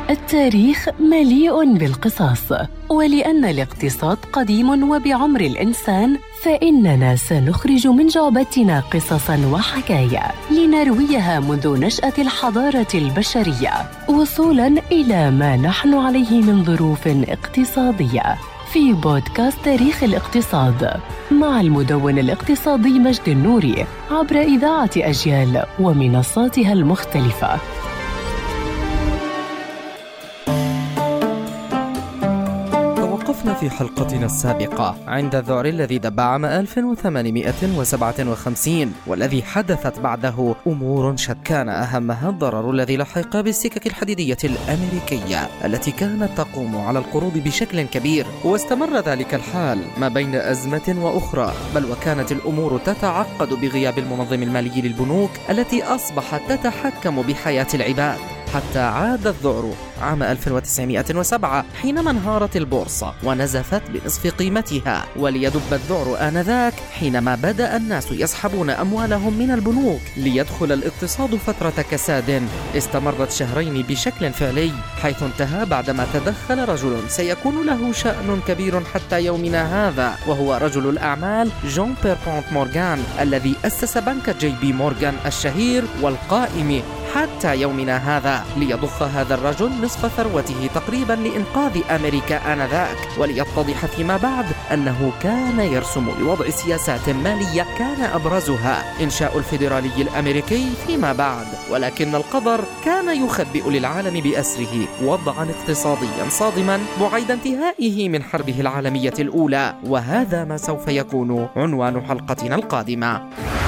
التاريخ مليء بالقصص، ولأن الاقتصاد قديم وبعمر الإنسان، فإننا سنخرج من جعبتنا قصصاً وحكايا لنرويها منذ نشأة الحضارة البشرية وصولاً إلى ما نحن عليه من ظروف اقتصادية، في بودكاست تاريخ الاقتصاد مع المدون الاقتصادي مجد النوري عبر إذاعة أجيال ومنصاتها المختلفة. توقفنا في حلقتنا السابقة عند الذعر الذي دب عام 1857 والذي حدثت بعده أمور كان أهمها الضرر الذي لحق بالسكك الحديدية الأمريكية التي كانت تقوم على القروض بشكل كبير، واستمر ذلك الحال ما بين أزمة وأخرى، بل وكانت الأمور تتعقد بغياب المنظم المالي للبنوك التي أصبحت تتحكم بحياة العباد، حتى عاد الذعر عام 1907 حينما انهارت البورصة ونزفت بنصف قيمتها، وليدب الذعر آنذاك حينما بدأ الناس يسحبون أموالهم من البنوك ليدخل الاقتصاد فترة كساد استمرت شهرين بشكل فعلي، حيث انتهى بعدما تدخل رجل سيكون له شأن كبير حتى يومنا هذا، وهو رجل الأعمال جون بيربونت مورغان الذي أسس بنك جي بي مورغان الشهير والقائم حتى يومنا هذا، ليضخ هذا الرجل نصف ثروته تقريبا لإنقاذ أمريكا آنذاك، وليتضح فيما بعد أنه كان يرسم لوضع سياسات مالية كان أبرزها إنشاء الفيدرالي الأمريكي فيما بعد، ولكن القدر كان يخبئ للعالم بأسره وضعا اقتصاديا صادما بعد انتهائه من حربه العالمية الأولى، وهذا ما سوف يكون عنوان حلقتنا القادمة.